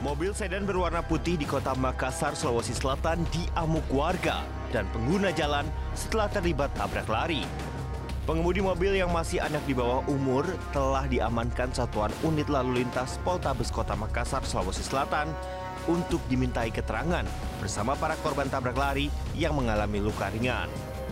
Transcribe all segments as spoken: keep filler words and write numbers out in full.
Mobil sedan berwarna putih di kota Makassar, Sulawesi Selatan diamuk warga dan pengguna jalan setelah terlibat tabrak lari. Pengemudi mobil yang masih anak di bawah umur telah diamankan Satuan Unit Lalu Lintas Poltabes Kota Makassar, Sulawesi Selatan untuk dimintai keterangan bersama para korban tabrak lari yang mengalami luka ringan.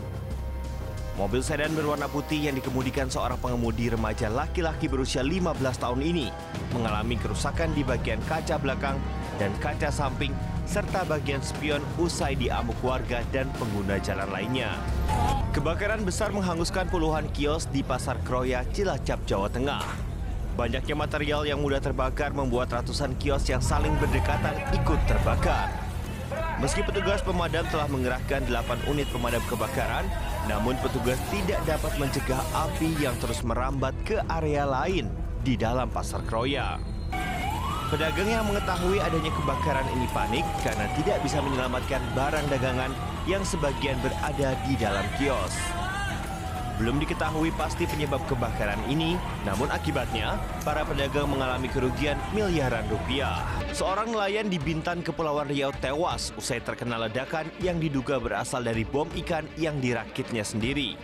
Mobil sedan berwarna putih yang dikemudikan seorang pengemudi remaja laki-laki berusia lima belas tahun ini mengalami kerusakan di bagian kaca belakang dan kaca samping serta bagian spion usai diamuk warga dan pengguna jalan lainnya. Kebakaran besar menghanguskan puluhan kios di Pasar Kroya, Cilacap, Jawa Tengah. Banyaknya material yang mudah terbakar membuat ratusan kios yang saling berdekatan ikut terbakar. Meski petugas pemadam telah mengerahkan delapan unit pemadam kebakaran, namun petugas tidak dapat mencegah api yang terus merambat ke area lain di dalam Pasar Kroya. Pedagang yang mengetahui adanya kebakaran ini panik karena tidak bisa menyelamatkan barang dagangan yang sebagian berada di dalam kios. Belum diketahui pasti penyebab kebakaran ini, namun akibatnya para pedagang mengalami kerugian miliaran rupiah. Seorang nelayan di Bintan, Kepulauan Riau tewas usai terkena ledakan yang diduga berasal dari bom ikan yang dirakitnya sendiri.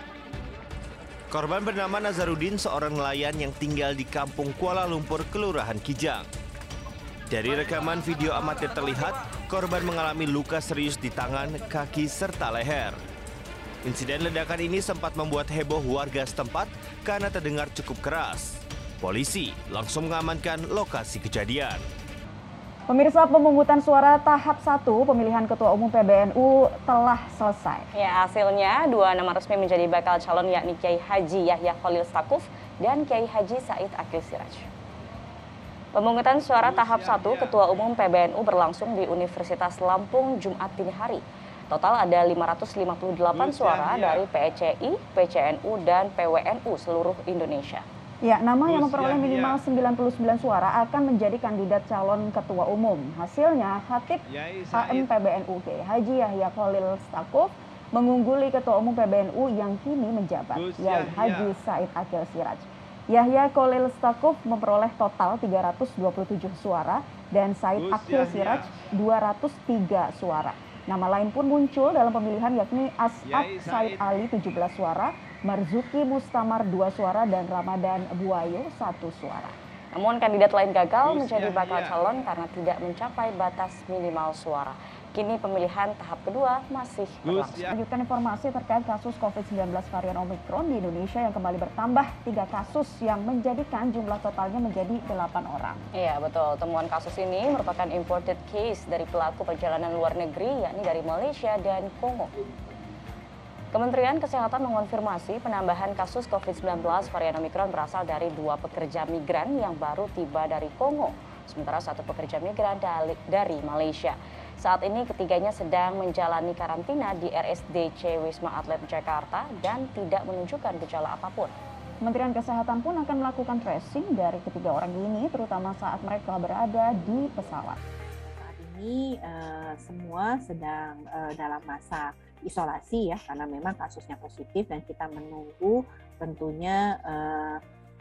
Korban bernama Nazarudin, seorang nelayan yang tinggal di Kampung Kuala Lumpur, Kelurahan Kijang. Dari rekaman video amatir terlihat, korban mengalami luka serius di tangan, kaki, serta leher. Insiden ledakan ini sempat membuat heboh warga setempat karena terdengar cukup keras. Polisi langsung mengamankan lokasi kejadian. Pemirsa, pemungutan suara tahap satu pemilihan Ketua Umum P B N U telah selesai. Ya, hasilnya dua nama resmi menjadi bakal calon yakni Kiai Haji Yahya Khalil Stakuf dan Kiai Haji Said Akil Siraj. Pemungutan suara tahap satu Ketua Umum P B N U berlangsung di Universitas Lampung Jumat dini hari. Total ada lima ratus lima puluh delapan suara dari P E C I, P C N U, dan P W N U seluruh Indonesia. Ya, nama yang memperoleh minimal sembilan puluh sembilan suara akan menjadi kandidat calon ketua umum. Hasilnya, Khatib H M P B N U Kiai Haji Yahya Khalil Stakuf mengungguli Ketua Umum P B N U yang kini menjabat, Kiai Haji Said Akil Siraj. Yahya Khalil Stakuf memperoleh total tiga ratus dua puluh tujuh suara dan Said Akil Siraj dua ratus tiga suara. Nama lain pun muncul dalam pemilihan yakni As'ad Said Ali tujuh belas suara, Marzuki Mustamar dua suara, dan Ramadan Buayo satu suara. Namun kandidat lain gagal menjadi bakal calon karena tidak mencapai batas minimal suara. Kini pemilihan tahap kedua masih berlangsung. Lanjutkan informasi terkait kasus covid sembilan belas varian Omikron di Indonesia yang kembali bertambah tiga kasus yang menjadikan jumlah totalnya menjadi delapan orang. Iya betul, temuan kasus ini merupakan imported case dari pelaku perjalanan luar negeri yakni dari Malaysia dan Kongo. Kementerian Kesehatan mengonfirmasi penambahan kasus covid sembilan belas varian Omikron berasal dari dua pekerja migran yang baru tiba dari Kongo, sementara satu pekerja migran dari Malaysia. Saat ini ketiganya sedang menjalani karantina di R S D C Wisma Atlet Jakarta dan tidak menunjukkan gejala apapun. Kementerian Kesehatan pun akan melakukan tracing dari ketiga orang ini, terutama saat mereka berada di pesawat. Saat ini uh, semua sedang uh, dalam masa isolasi ya, karena memang kasusnya positif dan kita menunggu tentunya uh,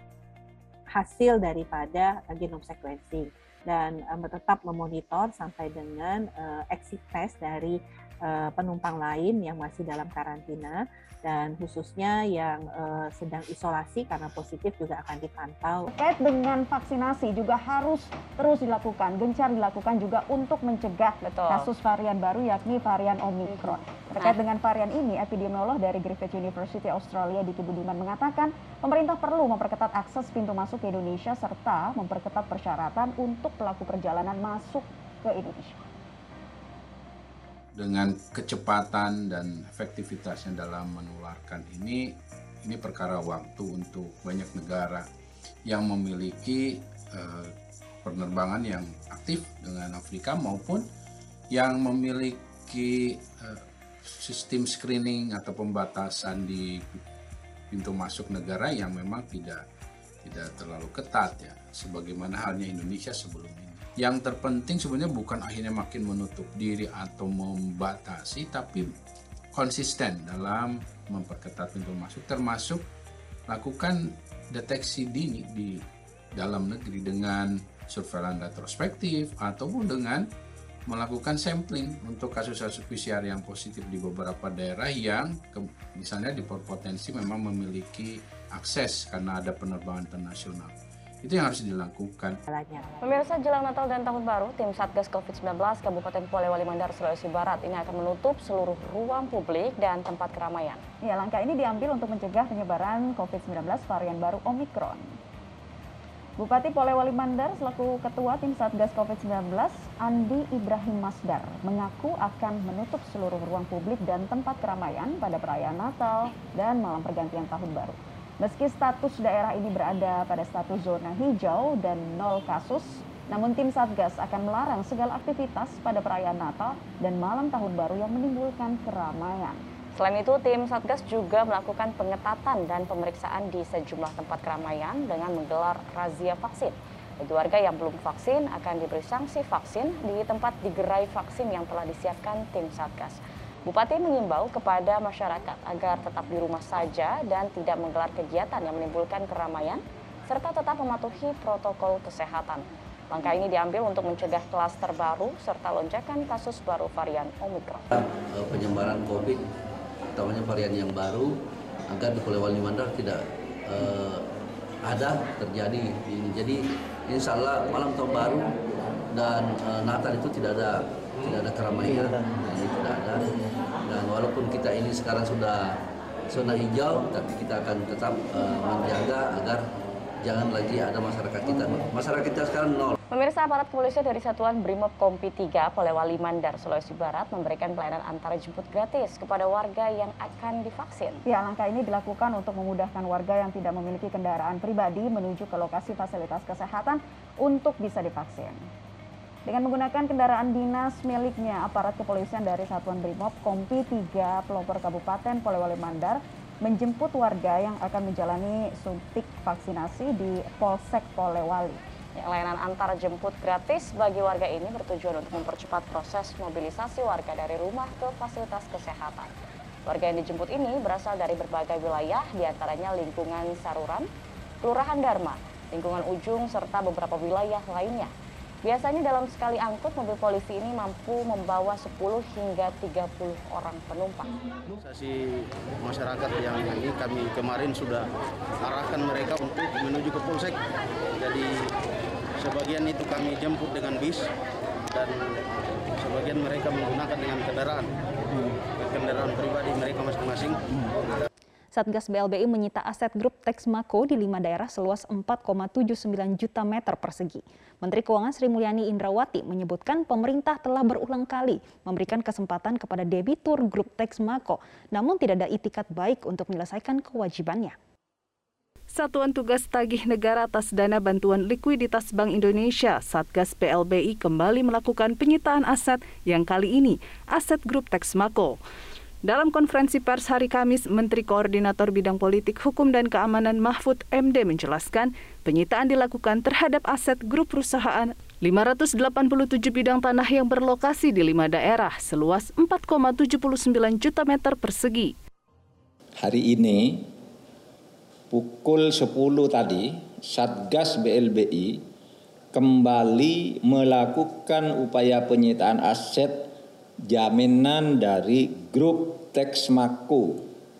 hasil daripada genome sequencing. Dan um, tetap memonitor sampai dengan uh, exit test dari uh, penumpang lain yang masih dalam karantina dan khususnya yang uh, sedang isolasi karena positif juga akan dipantau. Terkait dengan vaksinasi juga harus terus dilakukan, gencar dilakukan juga untuk mencegah Betul. kasus varian baru yakni varian Omikron. Terkait dengan varian ini, epidemiolog dari Griffith University Australia Diki Budiman mengatakan pemerintah perlu memperketat akses pintu masuk ke Indonesia serta memperketat persyaratan untuk pelaku perjalanan masuk ke Indonesia. Dengan kecepatan dan efektivitasnya dalam menularkan ini, ini perkara waktu untuk banyak negara yang memiliki eh, penerbangan yang aktif dengan Afrika maupun yang memiliki eh, sistem screening atau pembatasan di pintu masuk negara yang memang tidak tidak terlalu ketat ya, sebagaimana halnya Indonesia sebelum ini. Yang terpenting sebenarnya bukan akhirnya makin menutup diri atau membatasi, tapi konsisten dalam memperketat pintu masuk, termasuk lakukan deteksi dini di dalam negeri dengan surveillance retrospektif ataupun dengan melakukan sampling untuk kasus-kasus P C R yang positif di beberapa daerah yang ke, misalnya berpotensi memang memiliki akses karena ada penerbangan internasional. Itu yang harus dilakukan. Pemirsa, jelang Natal dan Tahun Baru, tim Satgas covid sembilan belas Kabupaten Polewali Mandar, Sulawesi Barat ini akan menutup seluruh ruang publik dan tempat keramaian. Ya, langkah ini diambil untuk mencegah penyebaran covid sembilan belas varian baru Omikron. Bupati Polewali Mandar selaku Ketua Tim Satgas covid sembilan belas, Andi Ibrahim Masdar, mengaku akan menutup seluruh ruang publik dan tempat keramaian pada perayaan Natal dan malam pergantian Tahun Baru. Meski status daerah ini berada pada status zona hijau dan nol kasus, namun tim Satgas akan melarang segala aktivitas pada perayaan Natal dan malam Tahun Baru yang menimbulkan keramaian. Selain itu, tim Satgas juga melakukan pengetatan dan pemeriksaan di sejumlah tempat keramaian dengan menggelar razia vaksin. Bagi warga yang belum vaksin akan diberi sanksi vaksin di tempat digerai vaksin yang telah disiapkan tim Satgas. Bupati mengimbau kepada masyarakat agar tetap di rumah saja dan tidak menggelar kegiatan yang menimbulkan keramaian, serta tetap mematuhi protokol kesehatan. Langkah ini diambil untuk mencegah klaster baru serta lonjakan kasus baru varian Omikron. Penyebaran COVID, utamanya varian yang baru, agar di Polewali Mandar tidak uh, ada terjadi. Jadi insya Allah malam tahun baru dan uh, Natal itu tidak ada tidak ada keramaian, ini tidak ada. Dan walaupun kita ini sekarang sudah zona hijau, tapi kita akan tetap uh, menjaga agar jangan lagi ada masyarakat kita. Masyarakat kita sekarang nol. Pemirsa, aparat kepolisian dari Satuan Brimob Kompi tiga Polewali Mandar, Sulawesi Barat memberikan pelayanan antar jemput gratis kepada warga yang akan divaksin. Ya, langkah ini dilakukan untuk memudahkan warga yang tidak memiliki kendaraan pribadi menuju ke lokasi fasilitas kesehatan untuk bisa divaksin. Dengan menggunakan kendaraan dinas miliknya, aparat kepolisian dari Satuan Brimob Kompi tiga Pelopor Kabupaten Polewali Mandar menjemput warga yang akan menjalani suntik vaksinasi di Polsek Polewali. Ya, layanan antar jemput gratis bagi warga ini bertujuan untuk mempercepat proses mobilisasi warga dari rumah ke fasilitas kesehatan. Warga yang dijemput ini berasal dari berbagai wilayah, diantaranya lingkungan Saruran, Kelurahan Dharma, lingkungan Ujung, serta beberapa wilayah lainnya. Biasanya dalam sekali angkut, mobil polisi ini mampu membawa sepuluh hingga tiga puluh orang penumpang. Mobilisasi masyarakat yang ini kami kemarin sudah arahkan mereka untuk menuju ke Polsek. Jadi sebagian itu kami jemput dengan bis dan sebagian mereka menggunakan dengan kendaraan, kendaraan pribadi mereka masing-masing. Satgas B L B I menyita aset grup Texmaco di lima daerah seluas empat koma tujuh sembilan juta meter persegi. Menteri Keuangan Sri Mulyani Indrawati menyebutkan pemerintah telah berulang kali memberikan kesempatan kepada debitur grup Texmaco, namun tidak ada itikat baik untuk menyelesaikan kewajibannya. Satuan Tugas Tagih Negara atas dana bantuan likuiditas Bank Indonesia, Satgas B L B I kembali melakukan penyitaan aset yang kali ini aset grup Texmaco. Dalam konferensi pers hari Kamis, Menteri Koordinator Bidang Politik, Hukum dan Keamanan Mahfud M D menjelaskan penyitaan dilakukan terhadap aset grup perusahaan lima ratus delapan puluh tujuh bidang tanah yang berlokasi di lima daerah seluas empat koma tujuh sembilan juta meter persegi. Hari ini pukul sepuluh tadi, Satgas B L B I kembali melakukan upaya penyitaan aset jaminan dari grup Texmaco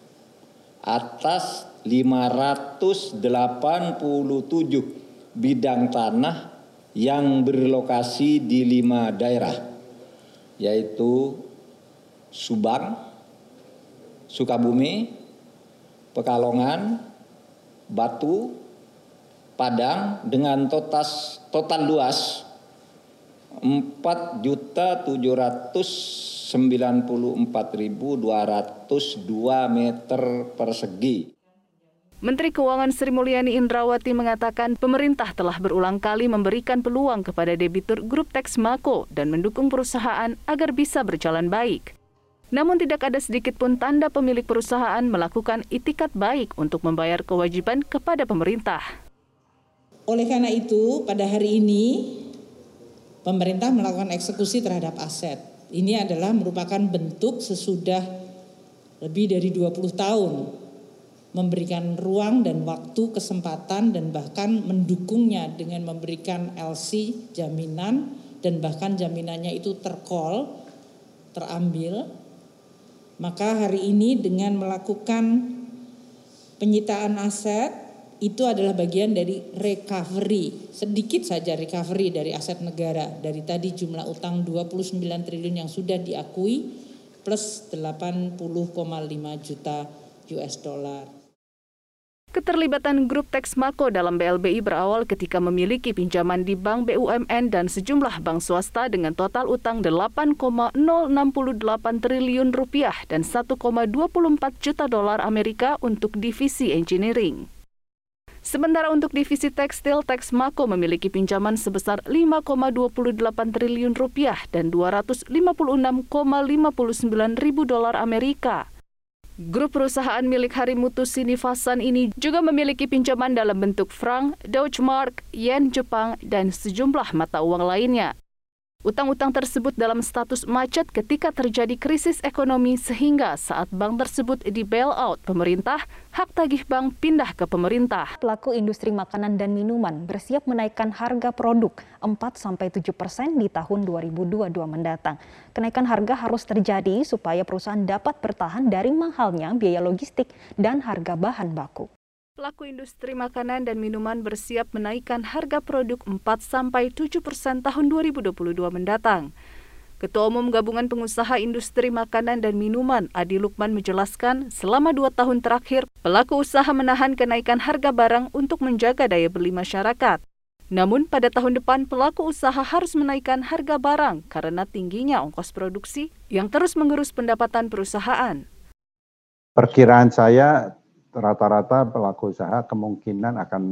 atas lima ratus delapan puluh tujuh bidang tanah yang berlokasi di lima daerah, yaitu Subang, Sukabumi, Pekalongan, Batu, Padang dengan totas, total luas empat juta tujuh ratus sembilan puluh empat ribu dua ratus dua meter persegi. Menteri Keuangan Sri Mulyani Indrawati mengatakan pemerintah telah berulang kali memberikan peluang kepada debitur grup Texmaco dan mendukung perusahaan agar bisa berjalan baik. Namun tidak ada sedikit pun tanda pemilik perusahaan melakukan itikat baik untuk membayar kewajiban kepada pemerintah. Oleh karena itu, pada hari ini pemerintah melakukan eksekusi terhadap aset. Ini adalah merupakan bentuk sesudah lebih dari dua puluh tahun memberikan ruang dan waktu, kesempatan, dan bahkan mendukungnya dengan memberikan L C jaminan, dan bahkan jaminannya itu tercall, terambil. Maka hari ini dengan melakukan penyitaan aset, itu adalah bagian dari recovery, sedikit saja recovery dari aset negara. Dari tadi jumlah utang dua puluh sembilan triliun yang sudah diakui, plus delapan puluh koma lima juta U S dollar. Keterlibatan grup Texmaco dalam B L B I berawal ketika memiliki pinjaman di bank B U M N dan sejumlah bank swasta dengan total utang delapan koma nol enam delapan triliun rupiah dan satu koma dua empat juta dolar Amerika untuk divisi engineering. Sementara untuk divisi tekstil, Texmaco memiliki pinjaman sebesar lima koma dua delapan triliun rupiah dan dua ratus lima puluh enam koma lima sembilan ribu dolar Amerika. Grup perusahaan milik Harimutu Sinivasan ini juga memiliki pinjaman dalam bentuk franc, Deutsche Mark, yen Jepang, dan sejumlah mata uang lainnya. Utang-utang tersebut dalam status macet ketika terjadi krisis ekonomi sehingga saat bank tersebut di bailout pemerintah, hak tagih bank pindah ke pemerintah. Pelaku industri makanan dan minuman bersiap menaikkan harga produk empat sampai tujuh persen di tahun dua ribu dua puluh dua mendatang. Kenaikan harga harus terjadi supaya perusahaan dapat bertahan dari mahalnya biaya logistik dan harga bahan baku. Pelaku industri makanan dan minuman bersiap menaikkan harga produk empat sampai tujuh persen tahun dua ribu dua puluh dua mendatang. Ketua Umum Gabungan Pengusaha Industri Makanan dan Minuman, Adi Lukman, menjelaskan selama dua tahun terakhir, pelaku usaha menahan kenaikan harga barang untuk menjaga daya beli masyarakat. Namun pada tahun depan, pelaku usaha harus menaikkan harga barang karena tingginya ongkos produksi yang terus mengerus pendapatan perusahaan. Perkiraan saya, rata-rata pelaku usaha kemungkinan akan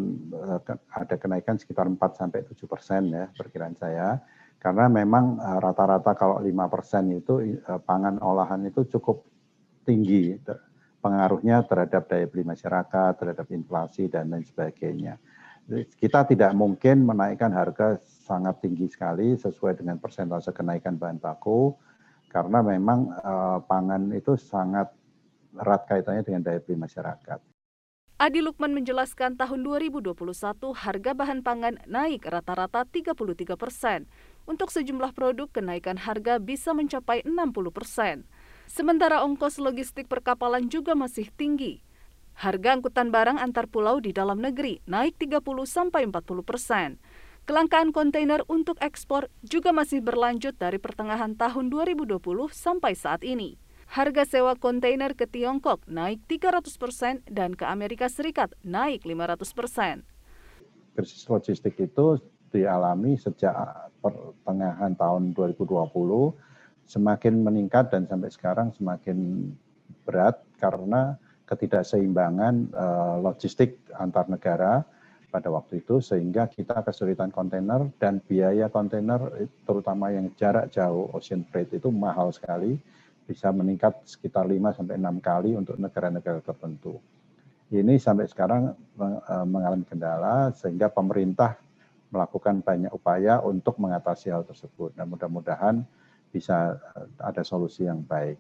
ada kenaikan sekitar empat sampai tujuh persen ya perkiraan saya. Karena memang rata-rata kalau lima persen itu pangan olahan itu cukup tinggi pengaruhnya terhadap daya beli masyarakat, terhadap inflasi dan lain sebagainya. Kita tidak mungkin menaikkan harga sangat tinggi sekali sesuai dengan persentase kenaikan bahan baku karena memang pangan itu sangat erat kaitannya dengan daya beli masyarakat. Adi Lukman menjelaskan tahun dua ribu dua puluh satu harga bahan pangan naik rata-rata tiga puluh tiga persen. Untuk sejumlah produk kenaikan harga bisa mencapai enam puluh persen. Sementara ongkos logistik perkapalan juga masih tinggi. Harga angkutan barang antar pulau di dalam negeri naik tiga puluh sampai empat puluh persen. Kelangkaan kontainer untuk ekspor juga masih berlanjut dari pertengahan tahun dua ribu dua puluh sampai saat ini. Harga sewa kontainer ke Tiongkok naik tiga ratus persen dan ke Amerika Serikat naik lima ratus persen. Krisis logistik itu dialami sejak pertengahan tahun dua ribu dua puluh, semakin meningkat dan sampai sekarang semakin berat karena ketidakseimbangan uh, logistik antar negara pada waktu itu, sehingga kita kesulitan kontainer dan biaya kontainer terutama yang jarak jauh ocean freight itu mahal sekali. Bisa meningkat sekitar lima sampai enam kali untuk negara-negara tertentu. Ini sampai sekarang mengalami kendala sehingga pemerintah melakukan banyak upaya untuk mengatasi hal tersebut. Dan mudah-mudahan bisa ada solusi yang baik.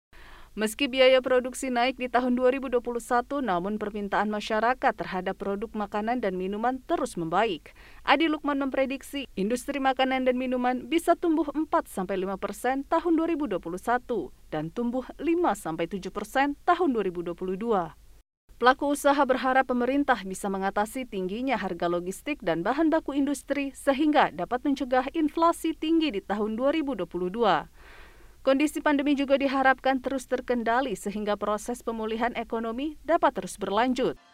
Meski biaya produksi naik di tahun dua ribu dua puluh satu, namun permintaan masyarakat terhadap produk makanan dan minuman terus membaik. Adi Lukman memprediksi industri makanan dan minuman bisa tumbuh empat sampai lima persen tahun dua ribu dua puluh satu dan tumbuh lima sampai tujuh persen tahun dua ribu dua puluh dua. Pelaku usaha berharap pemerintah bisa mengatasi tingginya harga logistik dan bahan baku industri sehingga dapat mencegah inflasi tinggi di tahun dua ribu dua puluh dua. Kondisi pandemi juga diharapkan terus terkendali sehingga proses pemulihan ekonomi dapat terus berlanjut.